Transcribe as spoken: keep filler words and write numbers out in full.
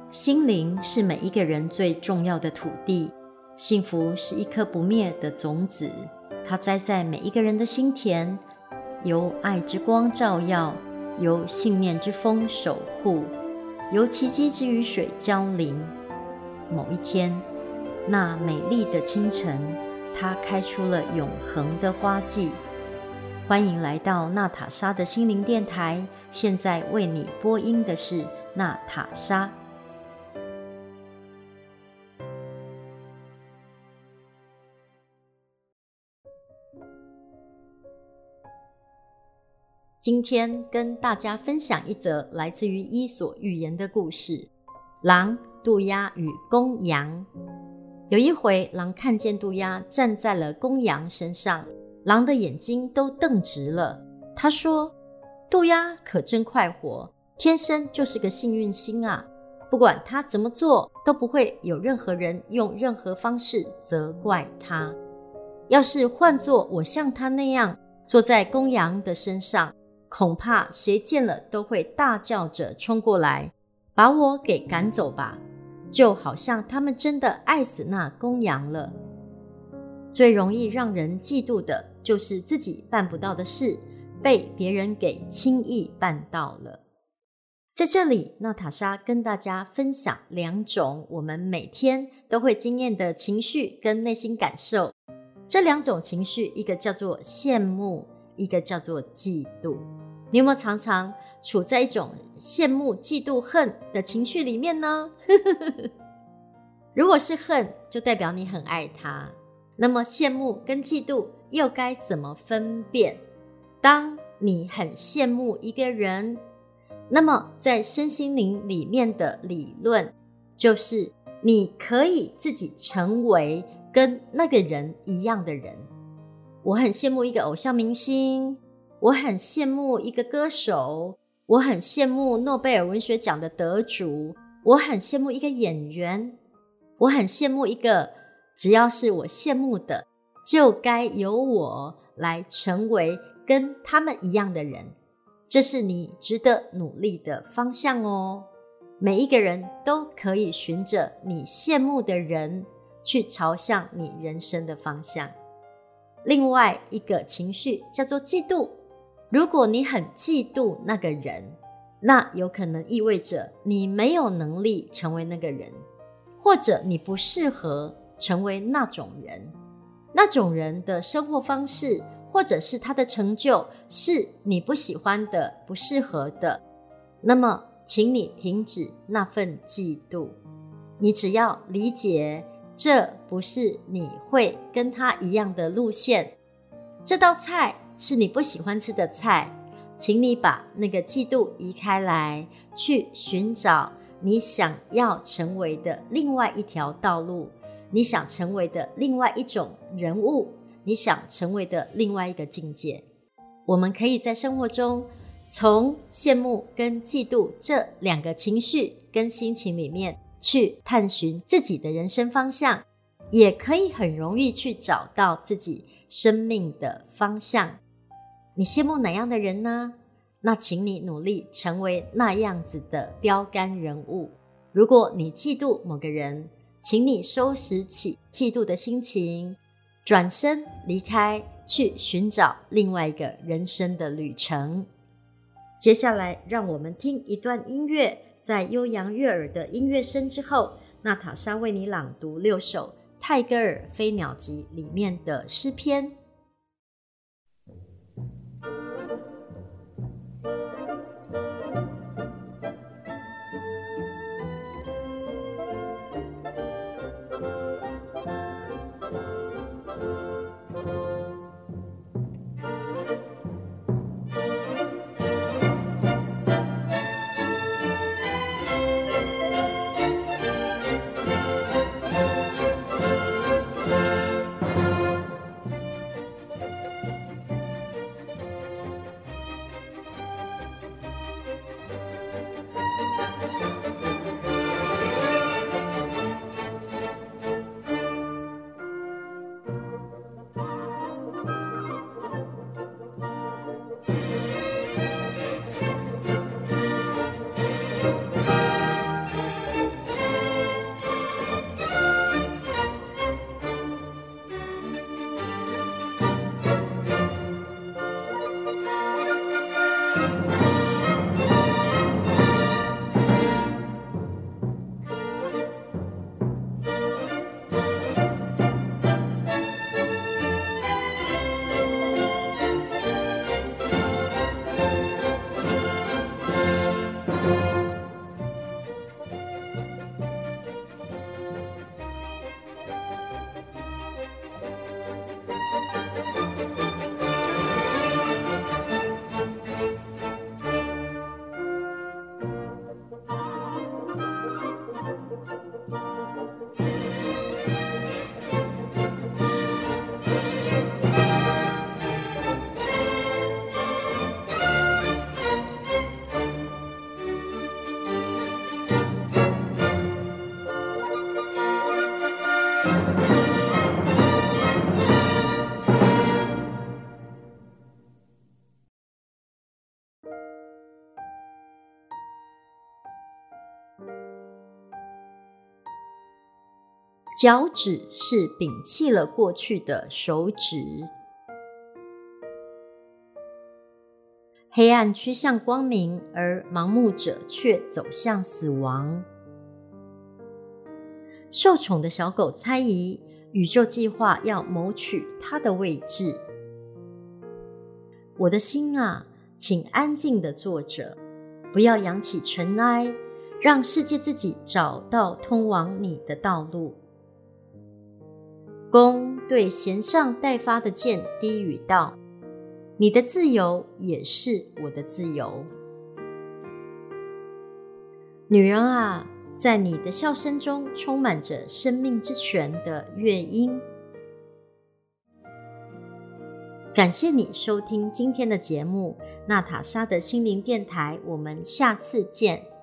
心灵是每一个人最重要的土地，幸福是一颗不灭的种子，它栽在每一个人的心田，由爱之光照耀，由信念之风守护，由奇迹之雨水浇淋。某一天，那美丽的清晨，它开出了永恒的花季。欢迎来到娜塔莎的心灵电台，现在为你播音的是娜塔莎。今天跟大家分享一则来自于伊索寓言的故事，狼、渡鸦与公羊。有一回，狼看见渡鸦站在了公羊身上，狼的眼睛都瞪直了。他说：渡鸦可真快活，天生就是个幸运星啊，不管他怎么做，都不会有任何人用任何方式责怪他。要是换作我像他那样坐在公羊的身上，恐怕谁见了都会大叫着冲过来，把我给赶走吧，就好像他们真的爱死那公羊了。最容易让人嫉妒的就是自己办不到的事，被别人给轻易办到了。在这里，娜塔莎跟大家分享两种我们每天都会经验的情绪跟内心感受。这两种情绪，一个叫做羡慕，一个叫做嫉妒。你有没有常常处在一种羡慕、嫉妒、恨的情绪里面呢？如果是恨，就代表你很爱他。那么羡慕跟嫉妒又该怎么分辨？当你很羡慕一个人，那么在身心灵里面的理论就是你可以自己成为跟那个人一样的人。我很羡慕一个偶像明星，我很羡慕一个歌手，我很羡慕诺贝尔文学奖的得主，我很羡慕一个演员，我很羡慕一个只要是我羡慕的，就该由我来成为跟他们一样的人。这是你值得努力的方向哦。每一个人都可以循着你羡慕的人去朝向你人生的方向。另外一个情绪叫做嫉妒。如果你很嫉妒那个人，那有可能意味着你没有能力成为那个人，或者你不适合成为那种人。那种人的生活方式或者是他的成就是你不喜欢的、不适合的，那么请你停止那份嫉妒。你只要理解这不是你会跟他一样的路线，这道菜是你不喜欢吃的菜，请你把那个嫉妒移开来，去寻找你想要成为的另外一条道路，你想成为的另外一种人物，你想成为的另外一个境界。我们可以在生活中从羡慕跟嫉妒这两个情绪跟心情里面去探寻自己的人生方向，也可以很容易去找到自己生命的方向。你羡慕哪样的人呢？那请你努力成为那样子的标杆人物。如果你嫉妒某个人，请你收拾起嫉妒的心情，转身离开，去寻找另外一个人生的旅程。接下来让我们听一段音乐，在悠扬悦耳的音乐声之后，娜塔莎为你朗读六首泰戈尔《飞鸟集》里面的诗篇。 脚趾是摒弃了过去的手指。黑暗趋向光明，而盲目者却走向死亡。受宠的小狗猜疑，宇宙计划要谋取它的位置。我的心啊，请安静地坐着，不要扬起尘埃，让世界自己找到通往你的道路。弓对弦上待发的箭低语道：你的自由也是我的自由。女人啊，在你的笑声中充满着生命之泉的乐音。感谢你收听今天的节目，娜塔莎的心灵电台，我们下次见。